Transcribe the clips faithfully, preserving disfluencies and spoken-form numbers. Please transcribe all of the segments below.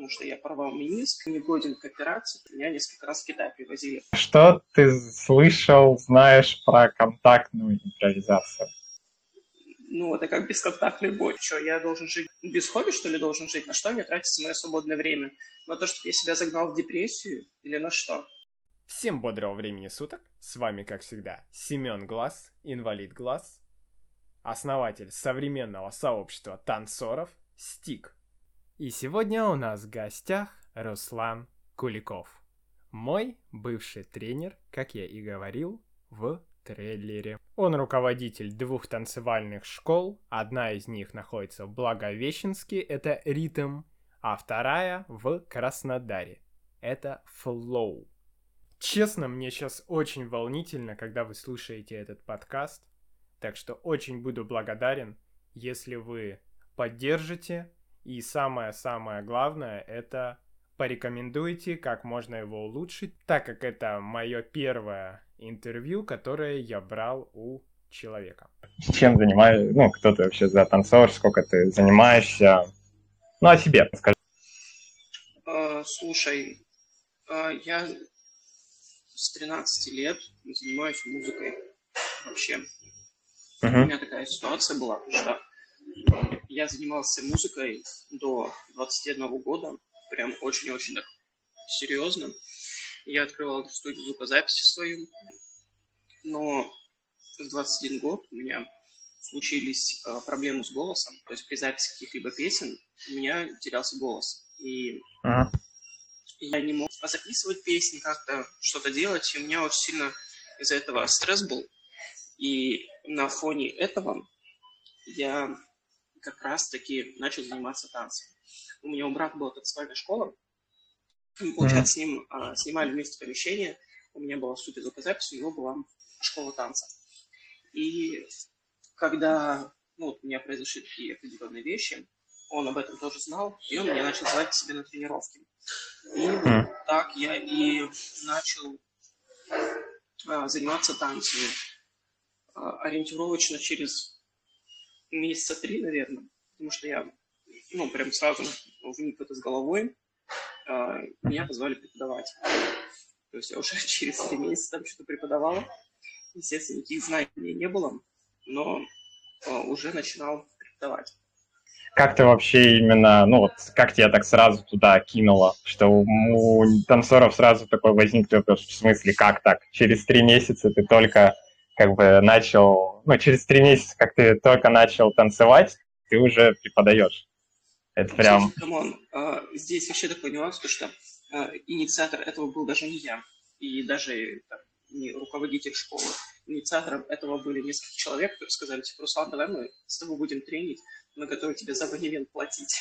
потому что я порвал мениск, не годен к операции, меня несколько раз в Китай привозили. Что ты слышал, знаешь про контактную импровизацию? Ну, это как бесконтактный бой. Что, я должен жить без хобби, что ли, должен жить? На что мне тратится мое свободное время? На то, чтобы я себя загнал в депрессию? Или на что? Всем бодрого времени суток. С вами, как всегда, Семен Глаз, инвалид Глаз, основатель современного сообщества танцоров Стик. И сегодня у нас в гостях Руслан Куликов, мой бывший тренер, как я и говорил, в трейлере. Он руководитель двух танцевальных школ. Одна из них находится в Благовещенске, это Ритм, а вторая в Краснодаре, это Flow. Честно, мне сейчас очень волнительно, когда вы слушаете этот подкаст, так что очень буду благодарен, если вы поддержите, и самое-самое главное, это порекомендуйте, как можно его улучшить, так как это мое первое интервью, которое я брал у человека. Чем занимаешься? Ну, кто ты вообще за танцор, сколько ты занимаешься? Ну, о себе расскажи. Э, слушай, э, я с тринадцати лет занимаюсь музыкой вообще. Угу. У меня такая ситуация была, что я занимался музыкой до двадцати одного года, прям очень-очень так серьезно. Я открывал студию звукозаписи свою, но в двадцать один год у меня случились э, проблемы с голосом, то есть при записи каких-либо песен у меня терялся голос. И Uh-huh. я не мог записывать песни, как-то что-то делать, и у меня очень сильно из-за этого стресс был. И на фоне этого я как раз-таки начал заниматься танцем. У меня у брата была танцевальная школа, мы, получается, uh-huh. с ним а, снимали вместе помещение, у меня была студия звукозаписи, у него была школа танца. И когда ну, у меня произошли такие определенные вещи, он об этом тоже знал, и он меня начал звать к себе на тренировки. И mm. так я и начал а, заниматься танцами а, ориентировочно через месяца три, наверное, потому что я ну, прям сразу вник в это с головой, а, меня позвали преподавать. То есть я уже через три месяца там что-то преподавал. Естественно, никаких знаний не было, но а, уже начинал преподавать. Как ты вообще именно, ну вот, как тебя так сразу туда кинуло, что у танцоров сразу такой возник вопрос, в смысле, как так? Через три месяца ты только как бы начал, ну, через три месяца, как ты только начал танцевать, ты уже преподаешь. Это прям... Слушай, камон, а, здесь вообще такой нюанс, то что а, инициатор этого был даже не я, и даже там, не руководитель школы. Инициатором этого были несколько человек, которые сказали, типа, Руслан, давай мы с тобой будем тренить, мы готовы тебе за абонемент платить.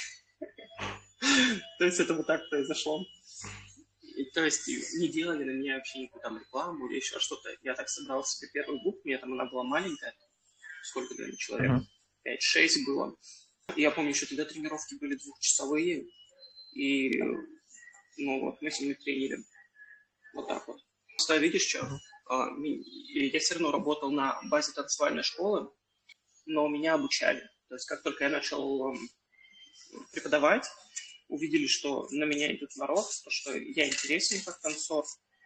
То есть это вот так произошло. То есть не делали на меня вообще никакую там рекламу или еще что-то. Я так собрал себе первую букву, мне там она была маленькая, сколько, наверное, человек? пять-шесть было. Я помню, еще тогда тренировки были двухчасовые, и ну вот мы с ними тренили. Вот так вот. Просто видишь, что я все равно работал на базе танцевальной школы, но меня обучали. То есть как только я начал преподавать, увидели, что на меня идет народ, что я интересен как танцор,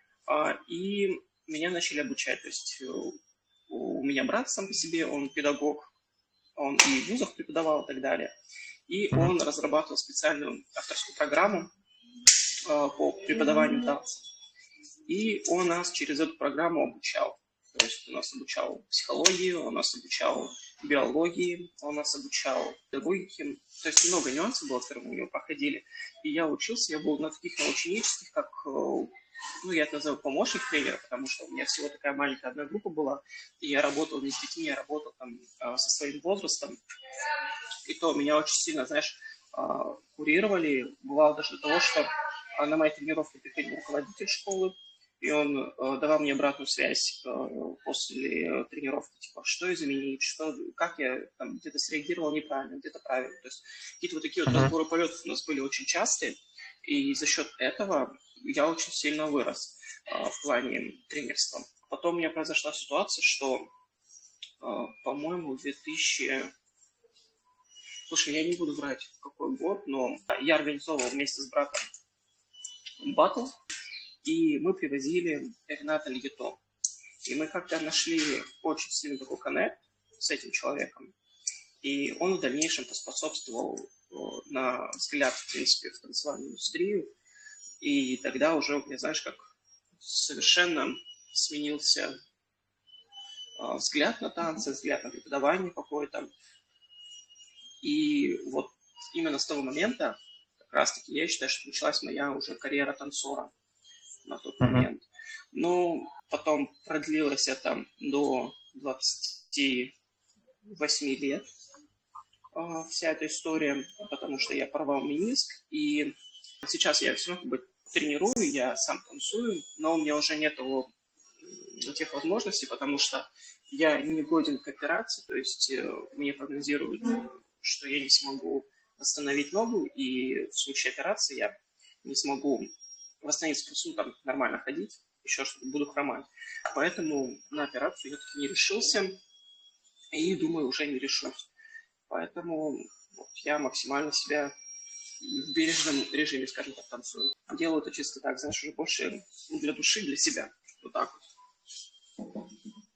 и меня начали обучать. То есть у меня брат сам по себе, он педагог, он и в вузах преподавал и так далее. И он разрабатывал специальную авторскую программу по преподаванию танца. И он нас через эту программу обучал. То есть он нас обучал психологии, он нас обучал биологии, он нас обучал педагогике. То есть много нюансов было, которые мы у него проходили. И я учился, я был на таких наученических, как, ну, я это называю помощник тренера, потому что у меня всего такая маленькая одна группа была, и я работал не с детьми, я работал там со своим возрастом. И то меня очень сильно, знаешь, курировали. Бывало даже до того, что на мои тренировки приходил руководитель школы, и он э, давал мне обратную связь э, после тренировки, типа, что изменить, что, как я там где-то среагировал неправильно, где-то правильно. То есть какие-то вот такие вот разборы полетов у нас были очень частые, и за счет этого я очень сильно вырос э, в плане тренерства. Потом у меня произошла ситуация, что, э, по-моему, в две тысячи Слушай, я не буду врать, какой год, но я организовывал вместе с братом батл, и мы привозили Рената Льето. И мы как-то нашли очень сильный такой коннект с этим человеком. И он в дальнейшем поспособствовал на взгляд, в принципе, в танцевальную индустрию. И тогда уже, я знаешь, как совершенно сменился взгляд на танцы, взгляд на преподавание какое-то. И вот именно с того момента, как раз-таки, я считаю, что началась моя уже карьера танцора на тот Uh-huh. момент. Ну, потом продлилось это до двадцати восьми лет, вся эта история, потому что я порвал мениск, и сейчас я все равно как бы тренирую, я сам танцую, но у меня уже нет тех возможностей, потому что я не годен к операции, то есть мне прогнозируют, что я не смогу восстановить ногу, и в случае операции я не смогу восстановиться, ну, там, нормально ходить, еще что-то, буду хромать. Поэтому на операцию я таки не решился, и, думаю, уже не решусь. Поэтому вот, я максимально себя в бережном режиме, скажем так, танцую. Делаю это чисто так, знаешь, уже больше для души, для себя. Вот так вот.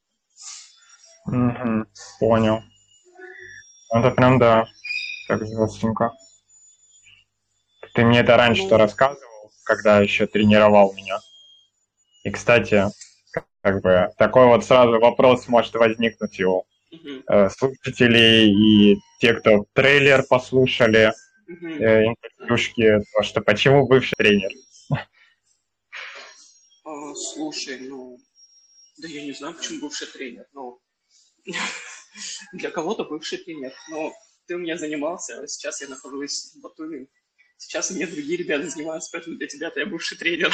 Угу, понял. Это прям, да, так жестенько. Ты мне это раньше-то Ну, рассказывал, когда еще тренировал меня. И, кстати, как бы такой вот сразу вопрос может возникнуть у угу, э, слушателей и те, кто трейлер послушали, угу. э, интервьюшки, то, что почему бывший тренер? А, слушай, ну, да я не знаю, почему бывший тренер, но для кого-то бывший тренер. Но ты у меня занимался, а сейчас я нахожусь в Батуми. Сейчас у меня другие ребята занимаются, поэтому для тебя-то я бывший тренер.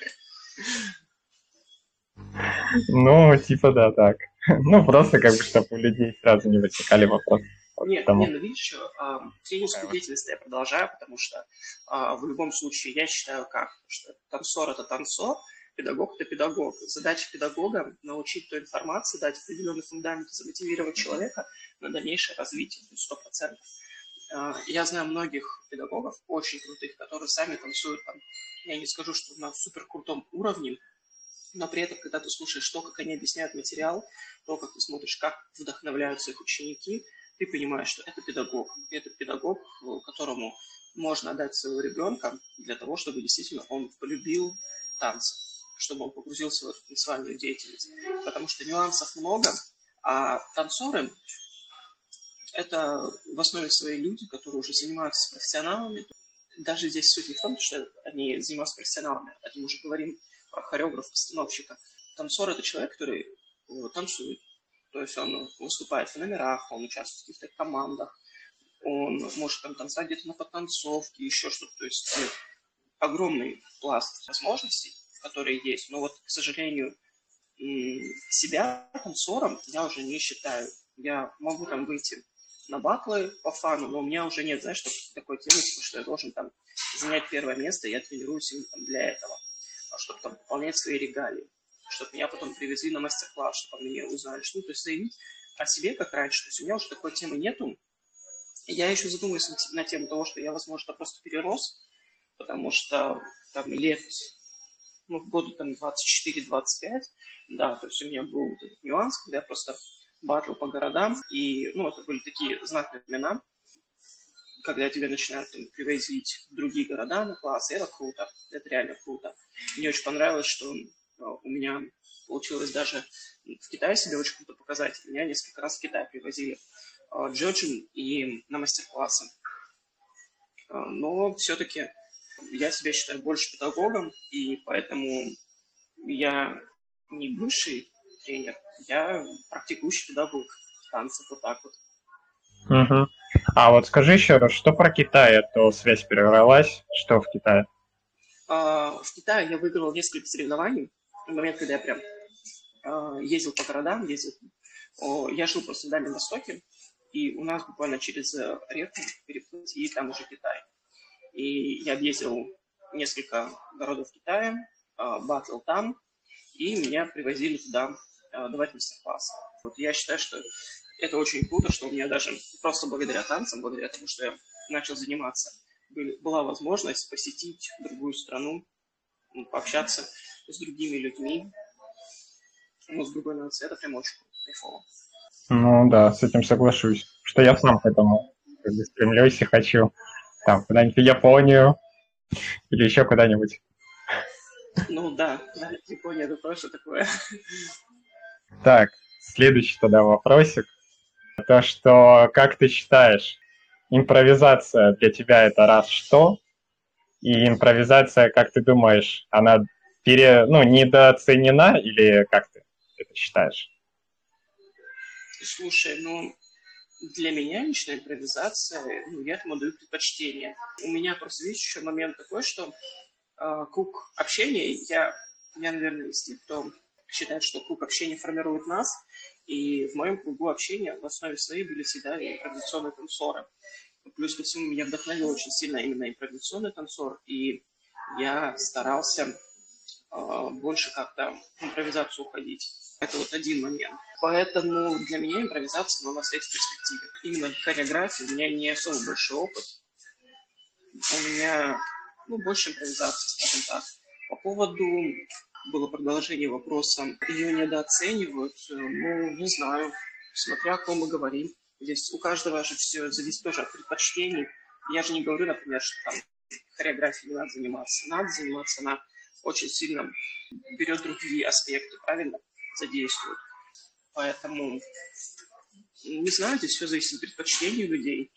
Ну, типа, да, так. Ну, просто как бы, чтобы у людей сразу не возникали вопросы. Вот Нет, потому. не, ну видишь, а, тренерскую деятельность я продолжаю, потому что а, в любом случае я считаю как, что танцор – это танцор, педагог – это педагог. Задача педагога – научить той информации, дать определенный фундамент, замотивировать человека на дальнейшее развитие, то есть сто процентов. Я знаю многих педагогов, очень крутых, которые сами танцуют, там, я не скажу, что на супер крутом уровне, но при этом, когда ты слушаешь то, как они объясняют материал, то, как ты смотришь, как вдохновляются их ученики, ты понимаешь, что это педагог. Это педагог, которому можно отдать своего ребенка для того, чтобы действительно он полюбил танцы, чтобы он погрузился в эту танцевальную деятельность. Потому что нюансов много, а танцоры – это в основе своей люди, которые уже занимаются с профессионалами. Даже здесь суть не в том, что они занимаются профессионалами, это мы уже говорим про хореографа, постановщика. Танцор – это человек, который танцует. То есть он выступает в номерах, он участвует в каких-то командах, он может там танцевать где-то на подтанцовке, еще что-то. То есть огромный пласт возможностей, которые есть. Но вот, к сожалению, себя танцором я уже не считаю. Я могу там выйти на батлы по фану, но у меня уже нет, знаешь, такой темы, что я должен там занять первое место, и я тренируюсь именно там для этого, чтобы там выполнять свои регалии, чтобы меня потом привезли на мастер-класс, чтобы они узнали, что, ну, то есть заявить о себе как раньше. То есть у меня уже такой темы нету. Я еще задумываюсь на тему того, что я, возможно, просто перерос, потому что там лет, ну, в году там двадцать четыре двадцать пять, да, то есть у меня был вот этот нюанс, когда я просто батл по городам, и, ну, это были такие знатные времена, когда тебя начинают там, привозить в другие города на класс, это круто, это реально круто. Мне очень понравилось, что у меня получилось даже в Китае себе очень круто показать. Меня несколько раз в Китай привозили джоджем и на мастер-классы. Но все-таки я себя считаю больше педагогом, и поэтому я не бывший тренер, я практикующий педагог танцев, вот так вот. Угу. А вот скажи еще раз, что про Китай, а то связь прервалась, что в Китае? В Китае я выиграл несколько соревнований. В момент, когда я прям ездил по городам, ездил, я жил просто в Дальнем Востоке, и у нас буквально через реку переплыть, и там уже Китай. И я объездил несколько городов Китая, батл там, и меня привозили туда давать мастер-классы. Вот я считаю, что это очень круто, что у меня даже просто благодаря танцам, благодаря тому, что я начал заниматься, были, была возможность посетить другую страну, ну, пообщаться с другими людьми, ну, с другой нацией. Это прям очень круто, кайфово. Ну да, с этим соглашусь. Что я сам к этому как бы стремлюсь и хочу там куда-нибудь в Японию или еще куда-нибудь. Ну да, да, Япония это тоже такое. Так, следующий тогда вопросик. То, что, как ты считаешь, импровизация для тебя это раз что? И импровизация, как ты думаешь, она пере, ну, недооценена или как ты это считаешь? Слушай, ну, для меня лично импровизация, ну, я этому даю предпочтение. У меня просто, видишь, еще момент такой, что э, круг общения, я, я, наверное, из тех, кто считает, что круг общения формирует нас, и в моем кругу общения в основе своей были всегда импровизационные танцоры. Плюс ко всему меня вдохновил очень сильно именно импровизационный танцор, и я старался э, больше как-то в импровизацию уходить. Это вот один момент. Поэтому для меня импровизация, она стоит в перспективе. Именно в хореографии у меня не особо большой опыт. У меня, ну, больше импровизации, скажем так. По поводу, было продолжение вопроса, ее недооценивают, ну, не знаю, смотря о ком мы говорим. Здесь у каждого же все зависит тоже от предпочтений. Я же не говорю, например, что там хореографией не надо заниматься. Надо заниматься, она очень сильно берет другие аспекты, правильно, задействует. Поэтому, не знаю, здесь все зависит от предпочтений людей.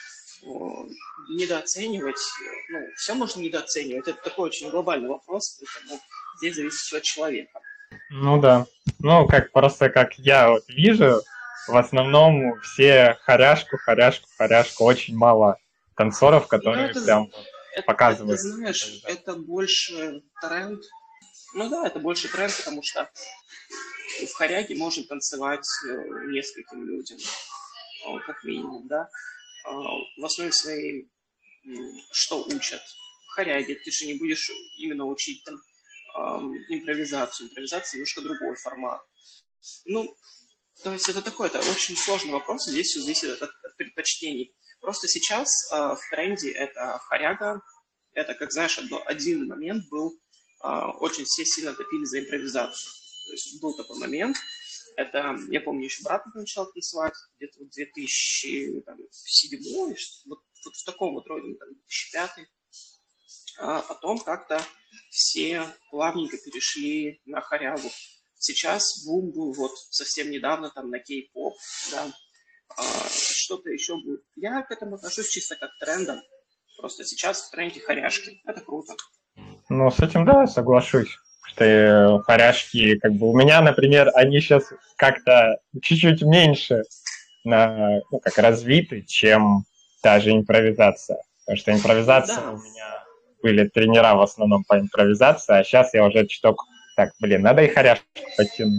Недооценивать, ну, все можно недооценивать. Это такой очень глобальный вопрос, поэтому здесь зависит все от человека. Ну да. Ну, как просто как я вот вижу, в основном все хоряшку, хоряшку, хоряшку. Очень мало танцоров, которые это, прям это, показывают. это, знаешь, это больше тренд. Ну да, это больше тренд, потому что в хоряге можно танцевать нескольким людям, как минимум, да. В основе своей что учат? В хоряге ты же не будешь именно учить там импровизацию. Импровизация немножко другой формат. Ну, то есть это такой, это очень сложный вопрос, здесь все зависит от, от предпочтений. Просто сейчас э, в тренде это хоряга, это, как знаешь, один момент был, э, очень все сильно топили за импровизацию. То есть был такой момент, это, я помню, еще брат начал танцевать, где-то в две тысячи седьмом, вот, вот в таком вот роде, там, две тысячи пятый. А потом как-то все плавненько перешли на хорягу. Сейчас бум был вот совсем недавно там на кей-поп, да, а, что-то еще будет. Я к этому отношусь чисто как к трендам. Просто сейчас в тренде хоряшки. Это круто. Ну, с этим, да, соглашусь. Что хоряшки, как бы, у меня, например, они сейчас как-то чуть-чуть меньше на, ну, как развиты, чем та же импровизация. Потому что импровизация Да. у меня были тренера в основном по импровизации, а сейчас я уже чуток, так, блин, надо и хоряшку подтянуть.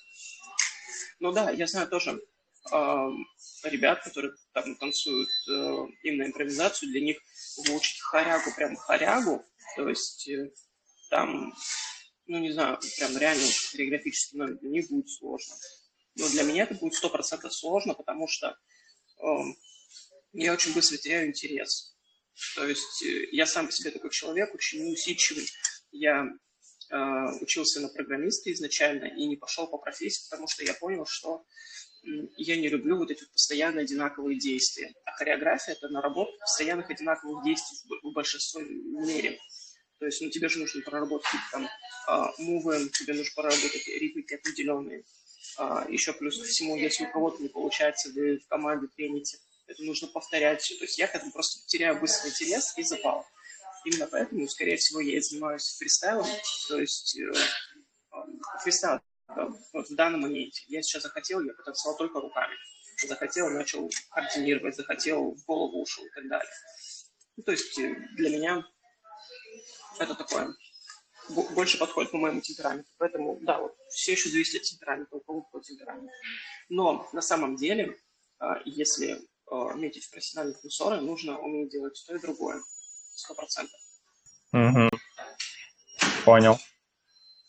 Ну да, я знаю тоже э, ребят, которые там танцуют э, именно импровизацию, для них выучить хорягу, прям хорягу, то есть э, там, ну не знаю, прям реально хореографический номер для них будет сложно. Но для меня это будет сто процентов сложно, потому что э, я очень быстро теряю интерес. То есть э, я сам по себе такой человек, очень неусидчивый. Я э, учился на программиста изначально и не пошел по профессии, потому что я понял, что э, я не люблю вот эти вот постоянно одинаковые действия. А хореография – это наработка постоянных одинаковых действий в, в большинстве мере. То есть, ну, тебе же нужно проработать там э, мувы, тебе нужно проработать ритмики определенные. Э, еще плюс ко всему, если у кого-то не получается, вы в команде трените, это нужно повторять все. То есть я к этому просто теряю быстрый интерес и запал. Именно поэтому, скорее всего, я и занимаюсь фристайлом. То есть э, фристайл да, вот в данном моменте. Я сейчас захотел, я потанцевал только руками. Захотел, начал координировать, захотел, в голову ушел и так далее. Ну, то есть для меня это такое больше подходит по моему темпераменту. Поэтому, да, вот все еще зависит от темперамента, у кого какой темперамент. Но на самом деле, если метить в профессиональных танцоры, нужно уметь делать то и другое. Сто процентов. Угу. Понял.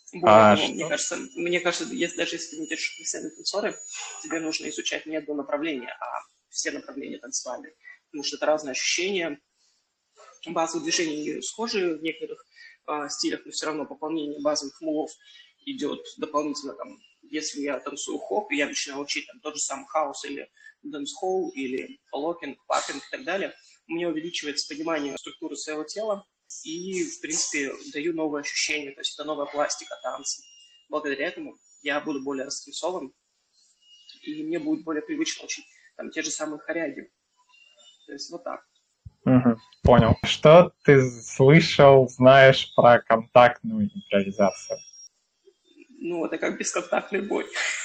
Более А того, мне что? кажется, мне кажется, если, даже если ты идешь профессиональные танцоры, тебе нужно изучать не одно направление, а все направления танцевальные. Потому что это разные ощущения, базовые движения схожи в некоторых э, стилях, но все равно пополнение базовых мувов идет дополнительно. Там, если я танцую хоп, я начинаю учить там, тот же самый хаус или дэнс-холл, или локинг, паппинг и так далее, у меня увеличивается понимание структуры своего тела, и, в принципе, даю новые ощущения, то есть это новая пластика танца. Благодаря этому я буду более раскресован, и мне будет более привычно очень там, те же самые хоряги. То есть вот так. Мгм, понял. Что ты слышал, знаешь про контактную импровизацию? Ну, это как бесконтактный бой.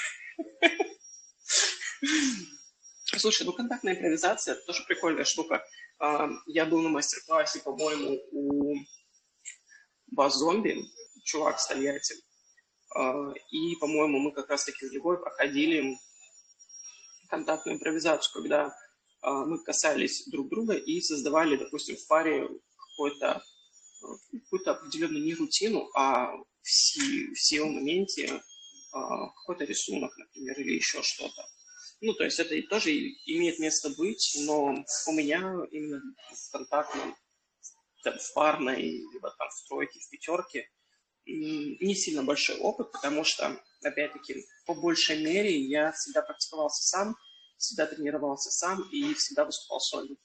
Слушай, ну контактная импровизация – это тоже прикольная штука. А, Я был на мастер-классе, по-моему, у Бас Зомби, чувак с Тольятти. А, И, по-моему, мы как раз-таки в него проходили контактную импровизацию, когда а, мы касались друг друга и создавали, допустим, в паре какой-то э, какую-то определенную не рутину, а в, си- в сей моменте а, какой-то рисунок, например, или еще что-то. Ну, то есть это и тоже и- имеет место быть, но у меня именно в контактном, там, в парной, либо там в тройке, в пятерке м, не сильно большой опыт, потому что, опять-таки, по большей мере я всегда практиковался сам, всегда тренировался сам и всегда выступал сольно.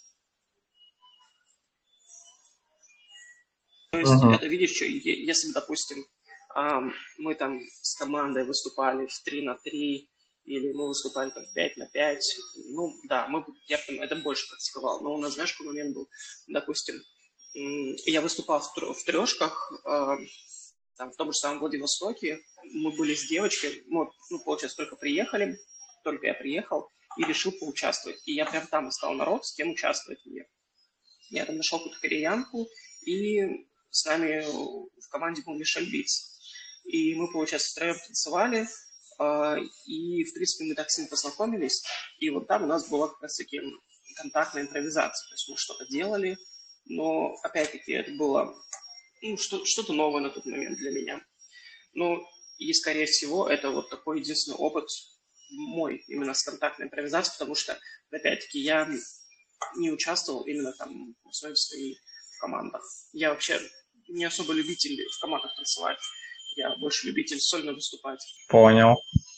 То есть Мгм. это, видишь, что е- если, допустим, ам, мы там с командой выступали в три на три или мы выступали там в пять на пять, ну да, мы, бы- я бы это больше практиковал. Но у нас, знаешь, какой момент был? Допустим, м, я выступал в, тр- в трешках, а, там, в том же самом Владивостоке. Мы были с девочкой, мы, ну, получается, только приехали, только я приехал и решил поучаствовать. И я прям там искал народ, с кем участвовать мне. Я там нашел какую-то кореянку, и с нами в команде был Мишель Биц. И мы, получается, втроем танцевали, а, и, в принципе, мы так с ним познакомились, и вот там у нас была как раз-таки контактная импровизация, то есть мы что-то делали, но, опять-таки, это было ну, что- что-то новое на тот момент для меня. Ну, и, скорее всего, это вот такой единственный опыт мой именно с контактной импровизацией, потому что, опять-таки, я не участвовал именно там в основе своей в командах. Я вообще не особо любитель в командах танцевать. Я больше любитель сольно выступать. Понял.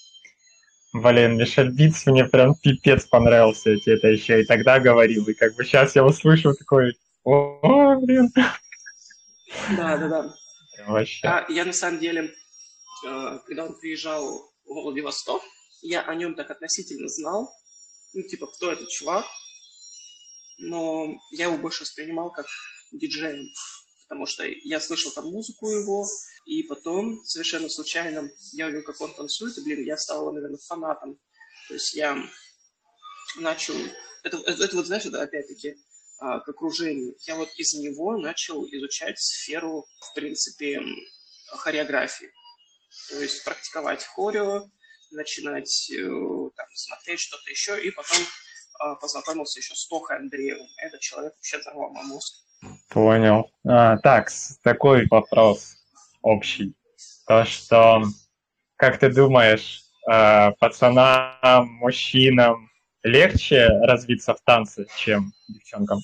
Блин, Мишель Биц мне прям пипец понравился, я тебе это еще и тогда говорил, и как бы сейчас я услышу такой, о, блин, Да, да, да. вообще. А я на самом деле, э, когда он приезжал в Владивосток, я о нем так относительно знал. Ну, типа, кто этот чувак? Но я его больше воспринимал как диджея, потому что я слышал там музыку его, и потом совершенно случайно я увидел, как он танцует, и, блин, я стал, наверное, фанатом. То есть я начал... Это, это, это вот, знаешь, это опять-таки а, к окружению. Я вот из него начал изучать сферу, в принципе, хореографии. То есть практиковать хорео, начинать э, там, смотреть что-то еще, и потом э, познакомился еще с Тохой Андреевым. Этот человек вообще взорвал мой мозг. Понял. А, так, с- такой вопрос общий. То, что, как ты думаешь, э, пацанам, мужчинам легче развиться в танце, чем девчонкам?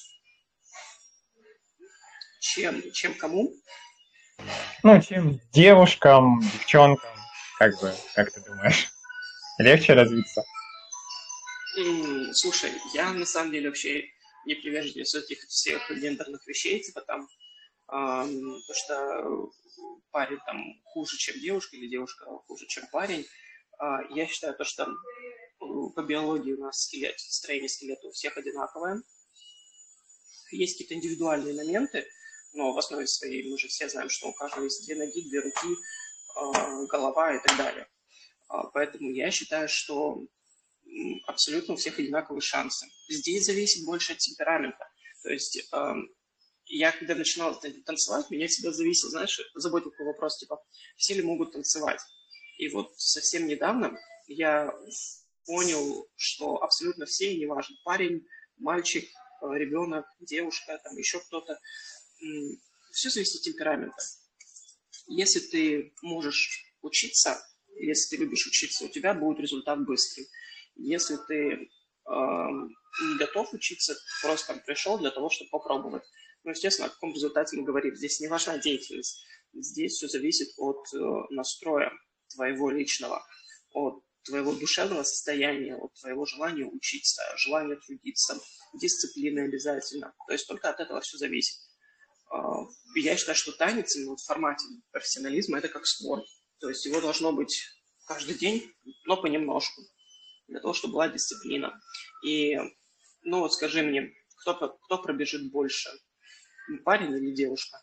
Чем, чем кому? Ну, чем девушкам, девчонкам, как бы, как ты думаешь, легче развиться? М, слушай, я на самом деле вообще не приверженец этих всех гендерных вещей, типа там, ам, то, что парень там хуже, чем девушка, или девушка хуже, чем парень. А, я считаю то, что э, по биологии у нас скелет, строение скелета у всех одинаковое. Есть какие-то индивидуальные моменты, но в основе своей мы же все знаем, что у каждого есть две ноги, две руки, э, голова и так далее. А, Поэтому я считаю, что м, абсолютно у всех одинаковые шансы. Здесь зависит больше от темперамента. То есть эм, я, когда начинал тан- танцевать, меня всегда зависел, знаешь, заботил такой вопрос, типа, все ли могут танцевать? И вот совсем недавно я понял, что абсолютно все, и неважно, парень, мальчик, э, ребенок, девушка, там еще кто-то, все зависит от темперамента. Если ты можешь учиться, если ты любишь учиться, у тебя будет результат быстрый. Если ты э, не готов учиться, просто там пришел для того, чтобы попробовать. Ну, естественно, о каком результате мы говорим. Здесь не важна деятельность. Здесь все зависит от э, настроя твоего личного, от твоего душевного состояния, от твоего желания учиться, желания трудиться, дисциплины обязательно. То есть только от этого все зависит. Я считаю, что танец именно в формате профессионализма – это как спорт. То есть его должно быть каждый день, но понемножку, для того, чтобы была дисциплина. И, ну вот скажи мне, кто, кто пробежит больше, парень или девушка?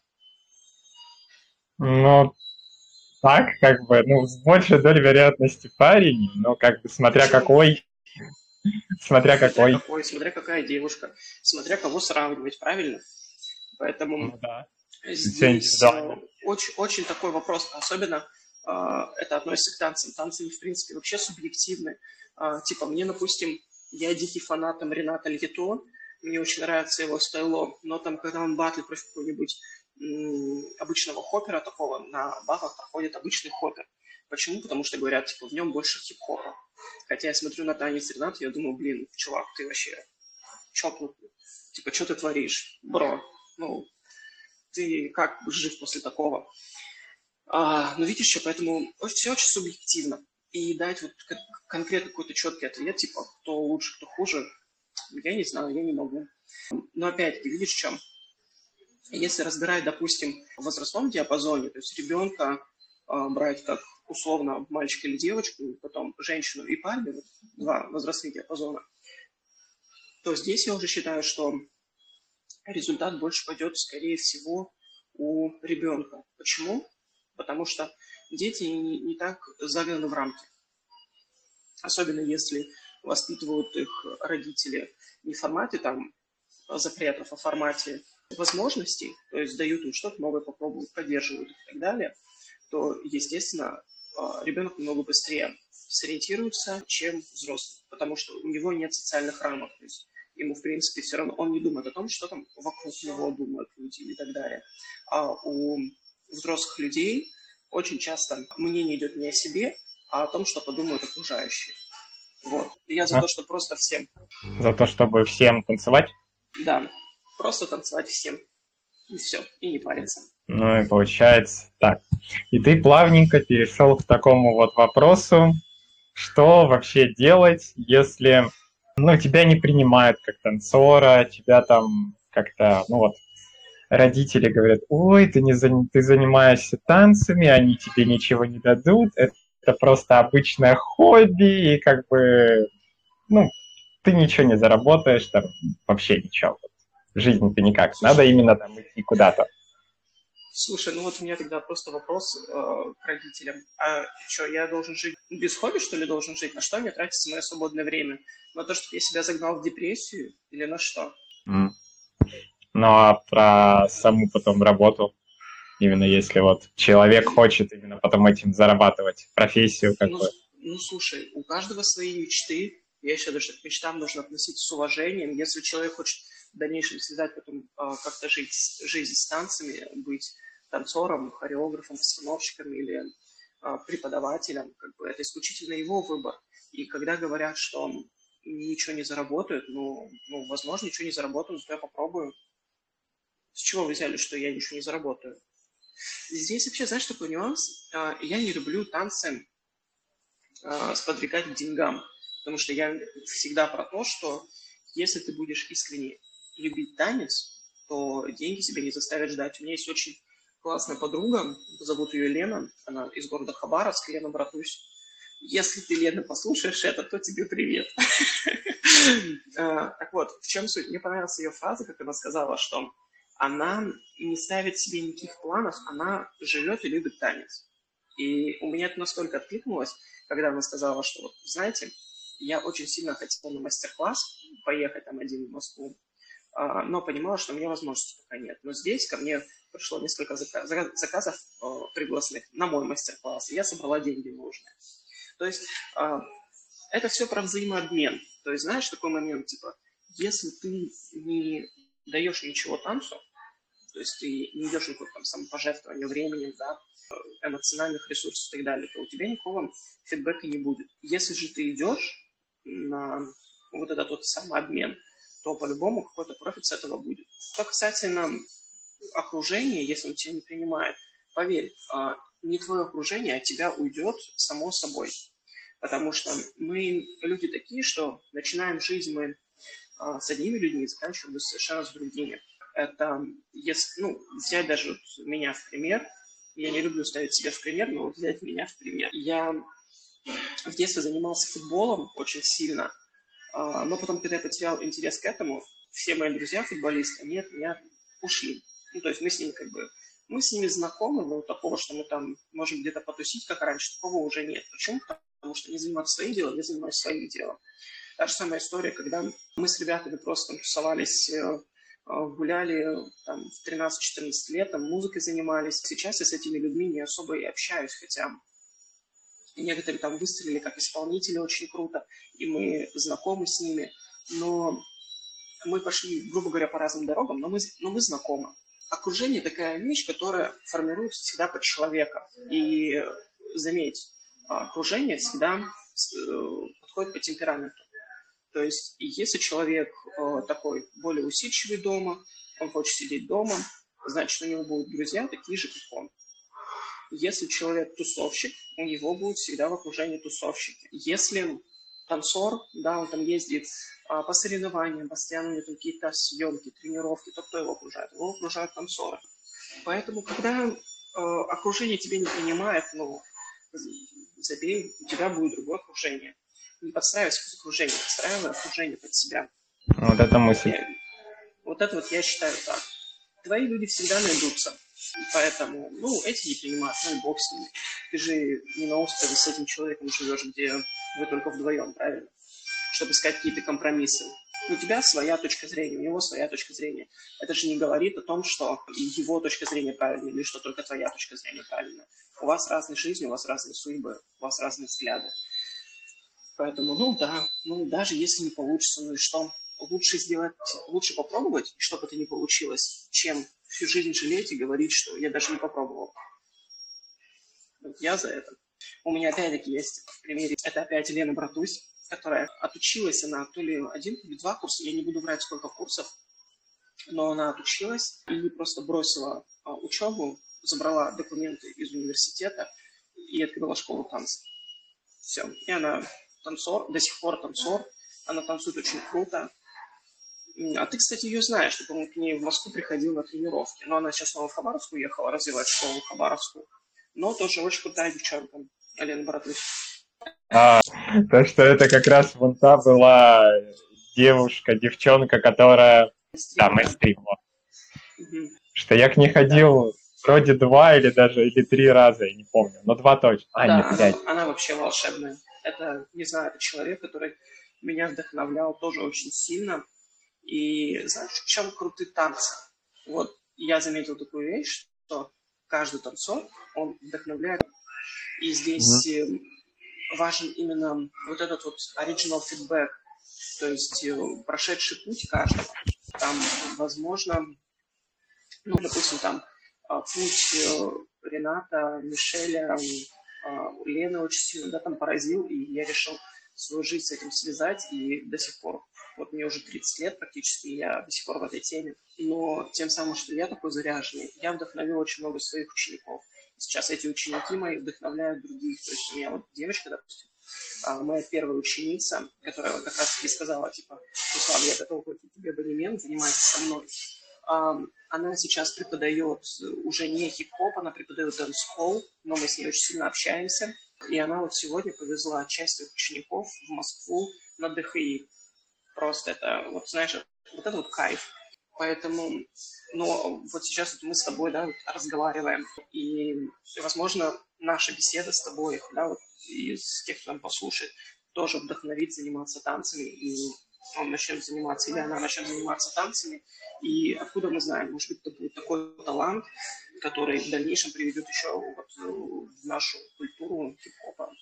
Ну, так, как бы, ну, с большей долей вероятности парень, но как бы смотря Почему? какой, смотря Смотря какой. какой, смотря какая девушка, смотря кого сравнивать, правильно? Поэтому Ну да. здесь э, очень, очень такой вопрос, особенно э, это относится к танцам. Танцы, в принципе, вообще субъективны. Э, типа, мне, допустим, я дикий фанат там, Рената Льето, мне очень нравится его стайло, но там, когда он батлит против какого-нибудь м, обычного хоппера такого, на батлах проходит обычный хоппер. Почему? Потому что говорят, типа, в нем больше хип-хопа. Хотя я смотрю на танец Рената, я думаю, блин, чувак, ты вообще чокнутый. Типа, что ты творишь? Бро, ну, ты как жив после такого? А, ну, видишь, поэтому все очень субъективно. И дать вот конкретно какой-то четкий ответ, типа, кто лучше, кто хуже, я не знаю, я не могу. Но опять-таки, видишь, в чем? Если разбирать, допустим, в возрастном диапазоне, то есть ребенка э, брать как условно мальчика или девочку, потом женщину и парня, вот, два возрастных диапазона, то здесь я уже считаю, что результат больше пойдет, скорее всего, у ребенка. Почему? Потому что дети не, не так загнаны в рамки. Особенно если воспитывают их родители не в формате там, запретов, а в формате возможностей, то есть дают им что-то новое попробовать, поддерживают их и так далее, то, естественно, ребенок намного быстрее сориентируется, чем взрослый, потому что у него нет социальных рамок. То есть ему, в принципе, все равно, он не думает о том, что там вокруг него думают люди и так далее. А у взрослых людей очень часто мнение идет не о себе, а о том, что подумают окружающие. Вот. И я за то, что просто всем... За то, чтобы всем танцевать? Да, просто танцевать всем. И все, и не париться. Ну и получается так. И ты плавненько перешел к такому вот вопросу, что вообще делать, если, ну, тебя не принимают как танцора, тебя там как-то, ну вот, родители говорят, ой, ты, не за... ты занимаешься танцами, они тебе ничего не дадут, это, это просто обычное хобби, и как бы, ну, ты ничего не заработаешь, там, вообще ничего. В жизни ты никак. Надо именно там идти куда-то. Слушай, ну вот у меня тогда просто вопрос э, к родителям. А что, я должен жить без хобби, что ли, должен жить? На что мне тратится мое свободное время? На то, чтобы я себя загнал в депрессию или на что? Mm. Ну а про саму потом работу, именно если вот человек хочет именно потом этим зарабатывать, профессию как ну, бы. Ну, слушай, у каждого свои мечты. Я считаю, что к мечтам нужно относиться с уважением. Если человек хочет в дальнейшем связать потом э, как-то жить, жизнь с танцами, быть танцором, хореографом, постановщиком или э, преподавателем, как бы это исключительно его выбор. И когда говорят, что он ничего не заработает, ну, ну, возможно, ничего не заработаю, зато я попробую. С чего вы взяли, что я ничего не заработаю? Здесь вообще, знаешь, такой нюанс. Э, я не люблю танцы э, сподвигать к деньгам, потому что я всегда про то, что если ты будешь искренне любить танец, то деньги себя не заставят ждать. У меня есть очень классная подруга, зовут ее Лена, она из города Хабаровск, Лена, братусь. Если ты, Лена, послушаешь это, то тебе привет. Так вот, в чем суть? Мне понравилась ее фраза, как она сказала, что она не ставит себе никаких планов, она живет и любит танец. И у меня это настолько откликнулось, когда она сказала, что, вот, знаете, я очень сильно хотела на мастер-класс поехать там один в Москву, но понимала, что у меня возможности пока нет. Но здесь ко мне пришло несколько заказов пригласных на мой мастер-класс, и я собрала деньги нужные. То есть это все про взаимообмен. То есть знаешь такой момент, типа, если ты не даешь ничего танцу, то есть ты не идешь на какое-то там самопожертвование временем, да, эмоциональных ресурсов и так далее, то у тебя никакого фидбэка не будет. Если же ты идешь на вот этот вот самый обмен, то по-любому какой-то профит с этого будет. Что касательно окружения, если он тебя не принимает, поверь, не твое окружение от тебя уйдет само собой. Потому что мы люди такие, что начинаем жизнь мы с одними людьми и заканчиваем совершенно с другими. Это, если, ну, взять даже вот меня в пример, я не люблю ставить себя в пример, но вот взять меня в пример. Я в детстве занимался футболом очень сильно, но потом, когда я потерял интерес к этому, все мои друзья-футболисты, они от меня ушли. Ну, то есть мы с ними как бы, мы с ними знакомы, но такого, что мы там можем где-то потусить, как раньше, такого уже нет. Почему? Потому что они занимаются своим делом, я занимаюсь своим делом. Та же самая история, когда мы с ребятами просто тусовались, гуляли там, в тринадцать-четырнадцать лет, там, музыкой занимались. Сейчас я с этими людьми не особо и общаюсь, хотя некоторые там выстрелили как исполнители очень круто, и мы знакомы с ними, но мы пошли, грубо говоря, по разным дорогам, но мы, но мы знакомы. Окружение такая вещь, которая формируется всегда под человека. И заметь, окружение всегда подходит по темпераменту. То есть, если человек э, такой более усидчивый дома, он хочет сидеть дома, значит, у него будут друзья такие же, как он. Если человек тусовщик, у него будут всегда в окружении тусовщики. Если танцор, да, он там ездит э, по соревнованиям, постоянно у него какие-то съемки, тренировки, то кто его окружает? Его окружают танцоры. Поэтому, когда э, окружение тебя не принимает, ну, забей, у тебя будет другое окружение. Не подстраивайся под окружение, подстраивай окружение под себя. Вот это мысль. Я, вот это вот я считаю так. Твои люди всегда найдутся. Поэтому, ну, эти не принимают, ну и бог с ними. Ты же не на острове с этим человеком живешь, где вы только вдвоем, правильно? Чтобы искать какие-то компромиссы. У тебя своя точка зрения, у него своя точка зрения. Это же не говорит о том, что его точка зрения правильная, или что только твоя точка зрения правильная. У вас разные жизни, у вас разные судьбы, у вас разные взгляды. Поэтому, ну да, ну даже если не получится, ну и что? Лучше сделать, лучше попробовать, чтобы это не получилось, чем всю жизнь жалеть и говорить, что я даже не попробовал. Вот я за это. У меня опять-таки есть в примере, это опять Лена Братусь, которая отучилась, она то ли один, то ли два курса, я не буду врать, сколько курсов, но она отучилась и просто бросила а, учебу, забрала документы из университета и открыла школу танцев. Все. И она танцор, до сих пор танцор, она танцует очень круто. А ты, кстати, ее знаешь, ты, по-моему, к ней в Москву приходил на тренировки. Но она сейчас снова в Хабаровск уехала развивать школу в Хабаровску. Но тоже очень крутая девчонка, Лена Братусь. А, то, что это как раз вон та была девушка, девчонка, которая... Да, Мэйстрим. Угу. Что я к ней ходил... Да. Вроде два или даже или три раза, я не помню, но два точно. А, да, нет, пять. Она, она вообще волшебная. Это, не знаю, это человек, который меня вдохновлял тоже очень сильно. И знаешь, в чем крутые танцы? Вот я заметил такую вещь, что каждый танцор, он вдохновляет. И здесь mm-hmm. важен именно вот этот вот original feedback, то есть прошедший путь каждого. Там, возможно, ну, допустим, там путь Рената, Мишеля, Лены очень сильно, да, там поразил, и я решил свою жизнь с этим связать, и до сих пор, вот мне уже тридцать лет практически, я до сих пор в этой теме, но тем самым, что я такой заряженный, я вдохновил очень много своих учеников. Сейчас эти ученики мои вдохновляют других, то есть у меня вот девочка, допустим, моя первая ученица, которая как раз-таки сказала, типа, Руслан, я готова платить тебе абонемент, занимайся со мной. Она сейчас преподает уже не хип-хоп, она преподает дэнс-холл, но мы с ней очень сильно общаемся. И она вот сегодня повезла часть своих учеников в Москву на ДХИ. Просто это, вот знаешь, вот это вот кайф. Поэтому, ну, вот сейчас вот мы с тобой, да, вот разговариваем. И, возможно, наша беседа с тобой, да, вот из тех, кто нам послушает, тоже вдохновит заниматься танцами. И он начнет заниматься, или она начнет заниматься танцами. И откуда мы знаем, может быть, это будет такой талант, который в дальнейшем приведет еще вот в нашу культуру хип-хопа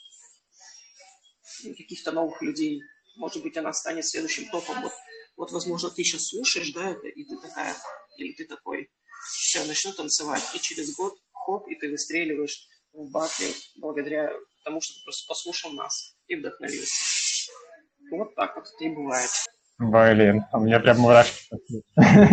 каких-то новых людей. Может быть, она станет следующим топом. Вот, вот, возможно, ты сейчас слушаешь, да, это, и ты такая, или ты такой, все, начну танцевать. И через год, хоп, и ты выстреливаешь в батле благодаря тому, что ты просто послушал нас и вдохновился. Вот так вот это и бывает. Блин, у меня прям мурашки пошли.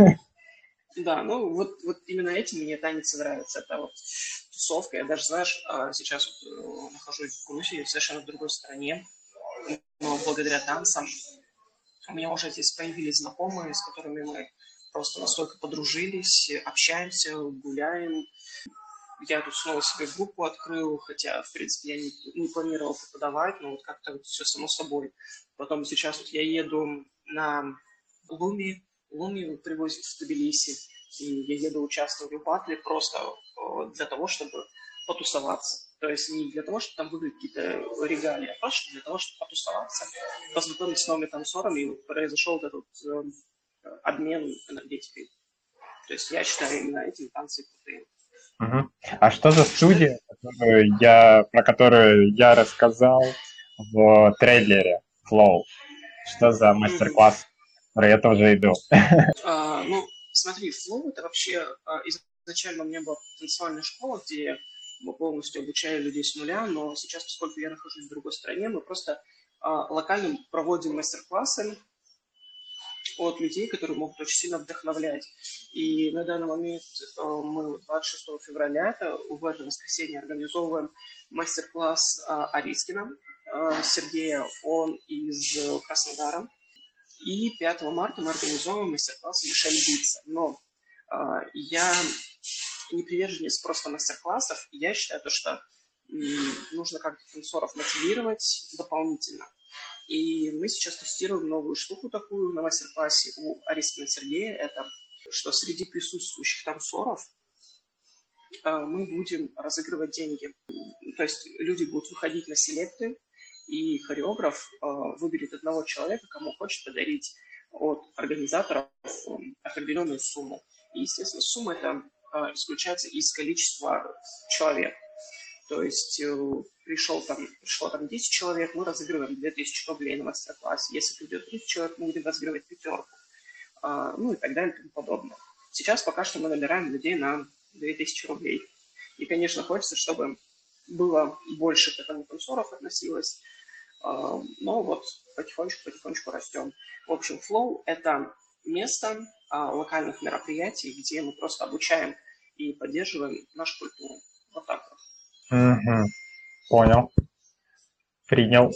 Да, ну вот, вот именно этим мне танец и нравится. Это вот тусовка. Я даже, знаешь, а, сейчас вот, э, нахожусь в Грузии, в совершенно другой стране, но благодаря танцам у меня уже здесь появились знакомые, с которыми мы просто настолько подружились, общаемся, гуляем. Я тут снова себе группу открыл, хотя, в принципе, я не, не планировал преподавать, но вот как-то вот все само собой. Потом сейчас вот я еду на Луми, Луми привозит в Тбилиси, и я еду участвовать в батле просто э, для того, чтобы потусоваться. То есть не для того, чтобы там выиграть какие-то регалии, а просто для того, чтобы потусоваться, познакомиться с новыми танцорами, и произошел вот этот э, обмен энергетикой. То есть я считаю, именно этим танцы крутые. Мгм. А что за студия, которую я, про которую я рассказал в трейлере Flow? Что за Мгм. мастер-класс, в который я тоже иду? А, ну, смотри, Flow это вообще а, изначально у меня была танцевальная школа, где мы полностью обучали людей с нуля, но сейчас, поскольку я нахожусь в другой стране, мы просто а, локально проводим мастер-классы от людей, которые могут очень сильно вдохновлять. И на данный момент э, мы двадцать шестого февраля, это в это воскресенье, организовываем мастер-класс э, Арискина э, Сергея, он из э, Краснодара. И пятого марта мы организовываем мастер-класс Мишель Битца. Но э, я не приверженец просто мастер-классов. Я считаю, то, что м, нужно как-то танцоров мотивировать дополнительно. И мы сейчас тестируем новую штуку такую на мастер-классе у Арискина Сергея. Это что среди присутствующих танцоров э, мы будем разыгрывать деньги. То есть люди будут выходить на селекты, и хореограф э, выберет одного человека, кому хочет подарить от организаторов э, определенную сумму. И, естественно, сумма эта э, исключается из количества человек. То есть э, пришел там, пришло там десять человек, мы разыгрываем две тысячи рублей на мастер-класс. Если придет тридцать человек, мы будем разыгрывать пятерку. А, ну и так далее и тому подобное. Сейчас пока что мы набираем людей на две тысячи рублей. И, конечно, хочется, чтобы было больше к этому танцоров относилось. А, но вот потихонечку-потихонечку растем. В общем, Flow – это место а, локальных мероприятий, где мы просто обучаем и поддерживаем нашу культуру. Вот так вот. Мгм. Понял, принял.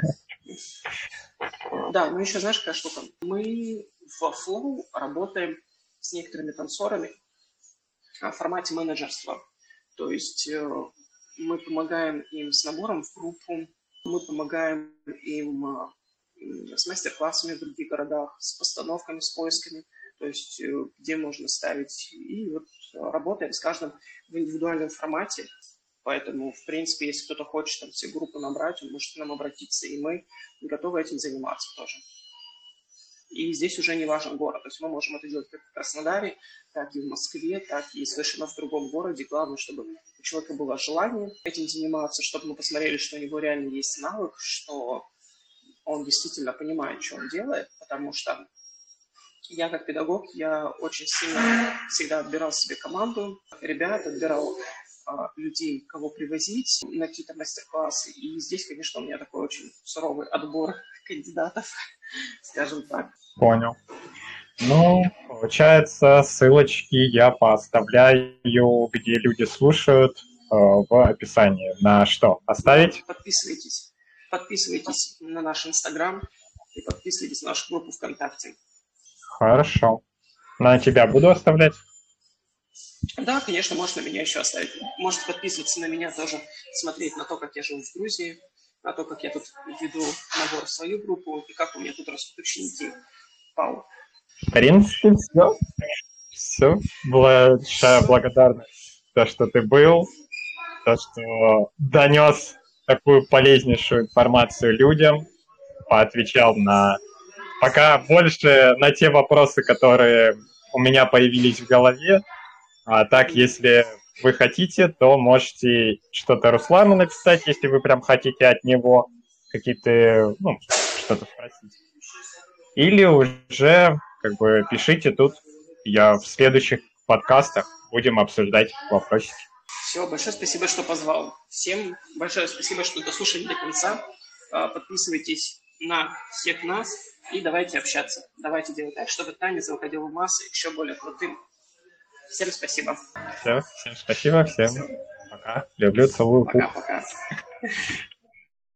Да, ну еще знаешь, какая штука? Мы в Flow работаем с некоторыми танцорами в формате менеджерства. То есть э, мы помогаем им с набором в группу, мы помогаем им э, с мастер-классами в других городах, с постановками, с поисками, то есть э, где можно ставить. И вот работаем с каждым в индивидуальном формате. Поэтому, в принципе, если кто-то хочет там все группы набрать, он может к нам обратиться, и мы готовы этим заниматься тоже. И здесь уже не важен город. То есть мы можем это делать как в Краснодаре, так и в Москве, так и совершенно в другом городе. Главное, чтобы у человека было желание этим заниматься, чтобы мы посмотрели, что у него реально есть навык, что он действительно понимает, что он делает, потому что я как педагог, я очень сильно всегда отбирал себе команду, ребят, отбирал а, людей, кого привозить на какие-то мастер-классы. И здесь, конечно, у меня такой очень суровый отбор кандидатов, скажем так. Понял. Ну, получается, ссылочки я поставляю, где люди слушают, э, в описании. На что? Оставить? Подписывайтесь. Подписывайтесь на наш Инстаграм и подписывайтесь на нашу группу ВКонтакте. Хорошо. На тебя буду оставлять? Да, конечно, можно меня еще оставить. Можете подписываться на меня тоже, смотреть на то, как я живу в Грузии, на то, как я тут веду набор в свою группу и как у меня тут растут ученики. Пау. В принципе, все. Все. Большая благодарность за то, что ты был, то, что донес такую полезнейшую информацию людям, поотвечал на пока больше на те вопросы, которые у меня появились в голове. А так, если вы хотите, то можете что-то Руслану написать, если вы прям хотите от него какие-то, ну, что-то спросить. Или уже как бы пишите тут. Я в следующих подкастах будем обсуждать вопросики. Все, большое спасибо, что позвал. Всем большое спасибо, что дослушали до конца. Подписывайтесь на всех нас и давайте общаться. Давайте делать так, чтобы Таня заходила в массы еще более крутым. Всем спасибо. Все, всем спасибо, всем пока. Люблю, целую. Пока-пока.